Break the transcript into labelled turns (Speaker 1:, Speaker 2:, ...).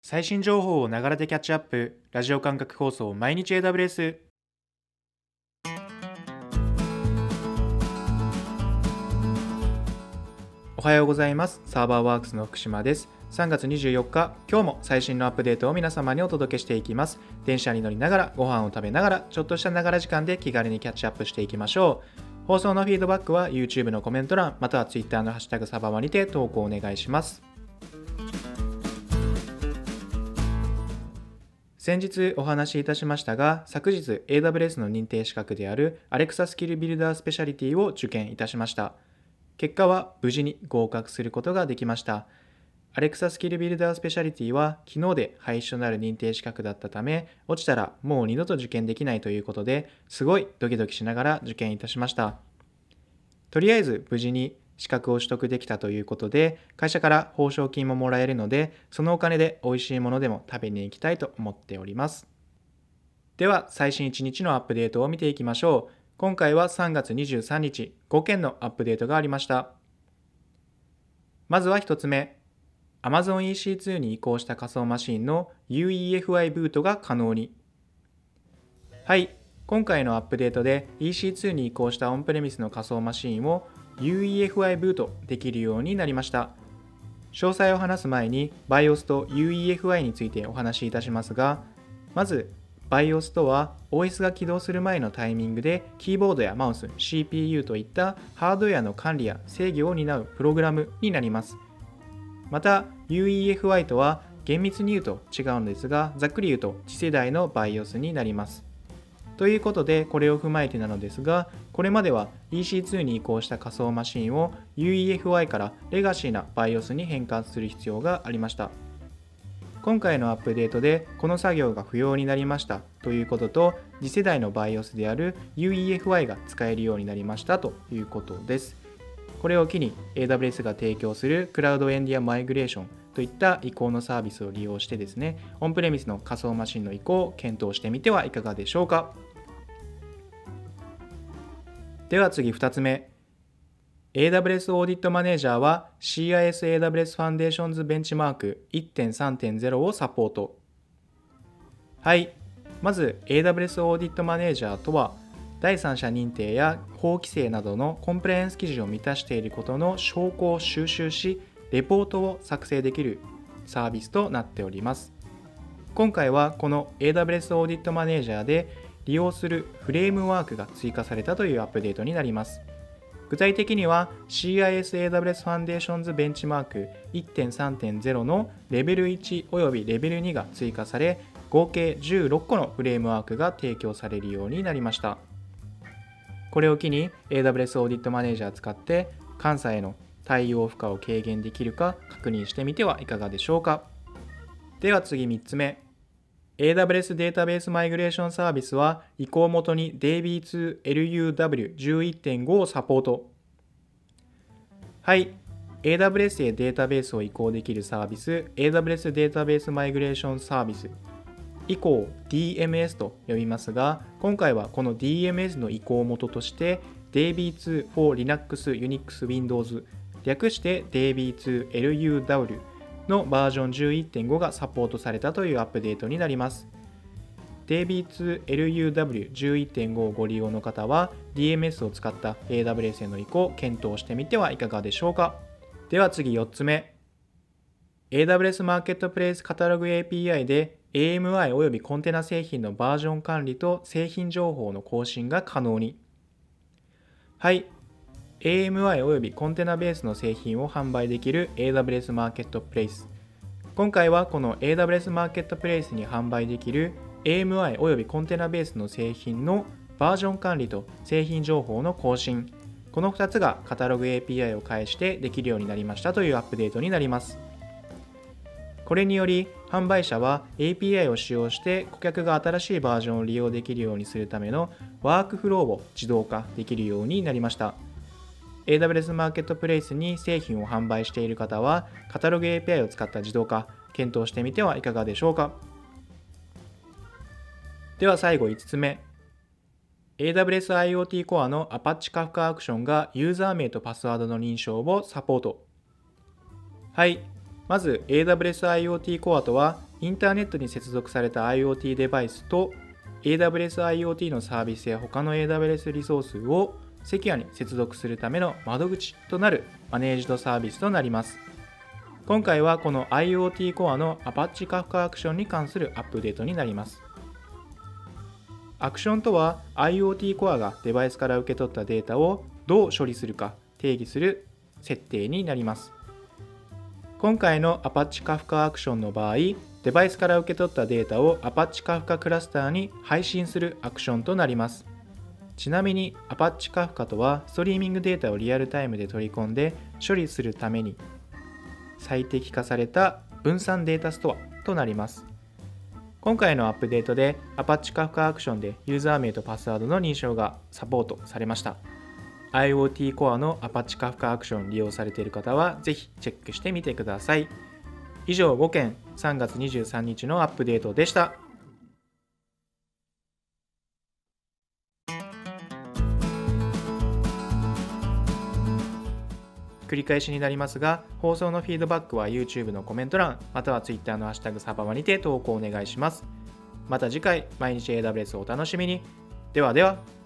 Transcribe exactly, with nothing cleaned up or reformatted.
Speaker 1: 最新情報をながらでキャッチアップ、ラジオ感覚放送毎日 エーダブリューエス。おはようございます。サーバーワークスの福島です。さんがつにじゅうよっか、今日も最新のアップデートを皆様にお届けしていきます。電車に乗りながら、ご飯を食べながら、ちょっとしたながら時間で気軽にキャッチアップしていきましょう。放送のフィードバックは YouTube のコメント欄、または Twitter のハッシュタグサバワにて投稿お願いします。先日お話しいたしましたが、昨日 エーダブリューエス の認定資格である Alexa スキルビルダースペシャリティを受験いたしました。結果は無事に合格することができました。Alexa スキルビルダースペシャリティは昨日で廃止となる認定資格だったため、落ちたらもう二度と受験できないということで、すごいドキドキしながら受験いたしました。とりあえず無事に資格を取得できたということで、会社から報奨金ももらえるので、そのお金で美味しいものでも食べに行きたいと思っております。では、最新いちにちのアップデートを見ていきましょう。今回はさんがつにじゅうさんにち、ごけんのアップデートがありました。まずはひとつめ、Amazon イーシーツー に移行した仮想マシンの ユーイーエフアイ ブートが可能に。はい、今回のアップデートで イーシーツー に移行したオンプレミスの仮想マシンをユーイーエフアイ ブートできるようになりました。詳細を話す前に バイオス と ユーイーエフアイ についてお話しいたしますが、まず バイオス とは オーエス が起動する前のタイミングでキーボードやマウス、シーピーユー といったハードウェアの管理や制御を担うプログラムになります。また ユーイーエフアイ とは厳密に言うと違うのですが、ざっくり言うと次世代の バイオス になります。ということで、これを踏まえてなのですが、これまでは イーシーツー に移行した仮想マシンを ユーイーエフアイ からレガシーな バイオス に変換する必要がありました。今回のアップデートでこの作業が不要になりましたということと、次世代の バイオス である ユーイーエフアイ が使えるようになりましたということです。これを機に エーダブリューエス が提供するクラウドエンディアマイグレーションといった移行のサービスを利用してですね、オンプレミスの仮想マシンの移行を検討してみてはいかがでしょうか。では次ふたつめ、エーダブリューエス オーディットマネージャーは シーアイエス エーダブリューエス ファンデーションズベンチマーク いってんさんてんゼロ をサポート。はい、まず エーダブリューエス オーディットマネージャーとは、第三者認定や法規制などのコンプライアンス基準を満たしていることの証拠を収集し、レポートを作成できるサービスとなっております。今回はこの エーダブリューエス オーディットマネージャーで利用するフレームワークが追加されたというアップデートになります。具体的には シーアイエス エーダブリューエス ファンデーションズベンチマーク いってんさんてんゼロ のレベルいちおよびレベルにが追加され、合計じゅうろっこのフレームワークが提供されるようになりました。これを機に エーダブリューエス オーディットマネージャーを使って監査への対応負荷を軽減できるか確認してみてはいかがでしょうか。では次みっつめ、エーダブリューエス データベースマイグレーションサービスは移行元に ディービーツーエルユーダブリューじゅういってんご をサポート。はい、エーダブリューエス へデータベースを移行できるサービス エーダブリューエス データベースマイグレーションサービス、以降 ディーエムエス と呼びますが、今回はこの ディーエムエス の移行元として ディービーツー for Linux、Unix、Windows、略して ディービーツーエルユーダブリュー のバージョン じゅういってんご がサポートされたというアップデートになります。ディービーツーエルユーダブリューじゅういってんご をご利用の方は ディーエムエス を使った エーダブリューエス への移行を検討してみてはいかがでしょうか。では次よっつめ、エーダブリューエス マーケットプレイスカタログ エーピーアイ で エーエムアイ およびコンテナ製品のバージョン管理と製品情報の更新が可能に。はい、エーエムアイ およびコンテナベースの製品を販売できる エーダブリューエス マーケットプレイス。今回はこの エーダブリューエス マーケットプレイスに販売できる エーエムアイ およびコンテナベースの製品のバージョン管理と製品情報の更新、このふたつがカタログ エーピーアイ を介してできるようになりましたというアップデートになります。これにより販売者は エーピーアイ を使用して顧客が新しいバージョンを利用できるようにするためのワークフローを自動化できるようになりました。エーダブリューエス マーケットプレイスに製品を販売している方はカタログ エーピーアイ を使った自動化検討してみてはいかがでしょうか。では最後いつつめ、エーダブリューエス IoT コアの Apache Kafka アクションがユーザー名とパスワードの認証をサポート。はい、まず エーダブリューエス IoT コアとはインターネットに接続された IoT デバイスと エーダブリューエス IoT のサービスや他の エーダブリューエス リソースをセキュアに接続するための窓口となるマネージドサービスとなります。今回はこの IoT コアの Apache Kafka アクションに関するアップデートになります。アクションとは IoT コアがデバイスから受け取ったデータをどう処理するか定義する設定になります。今回の Apache Kafka アクションの場合、デバイスから受け取ったデータを Apache Kafka クラスターに配信するアクションとなります。ちなみに Apache Kafka とはストリーミングデータをリアルタイムで取り込んで処理するために最適化された分散データストアとなります。今回のアップデートで Apache Kafka アクションでユーザー名とパスワードの認証がサポートされました。IoT コアの Apache Kafka アクション利用されている方はぜひチェックしてみてください。以上ごけんさんがつにじゅうさんにちのアップデートでした。繰り返しになりますが、放送のフィードバックは YouTube のコメント欄、または Twitter のハッシュタグサバワにて投稿お願いします。また次回、毎日 エーダブリューエス をお楽しみに。ではでは。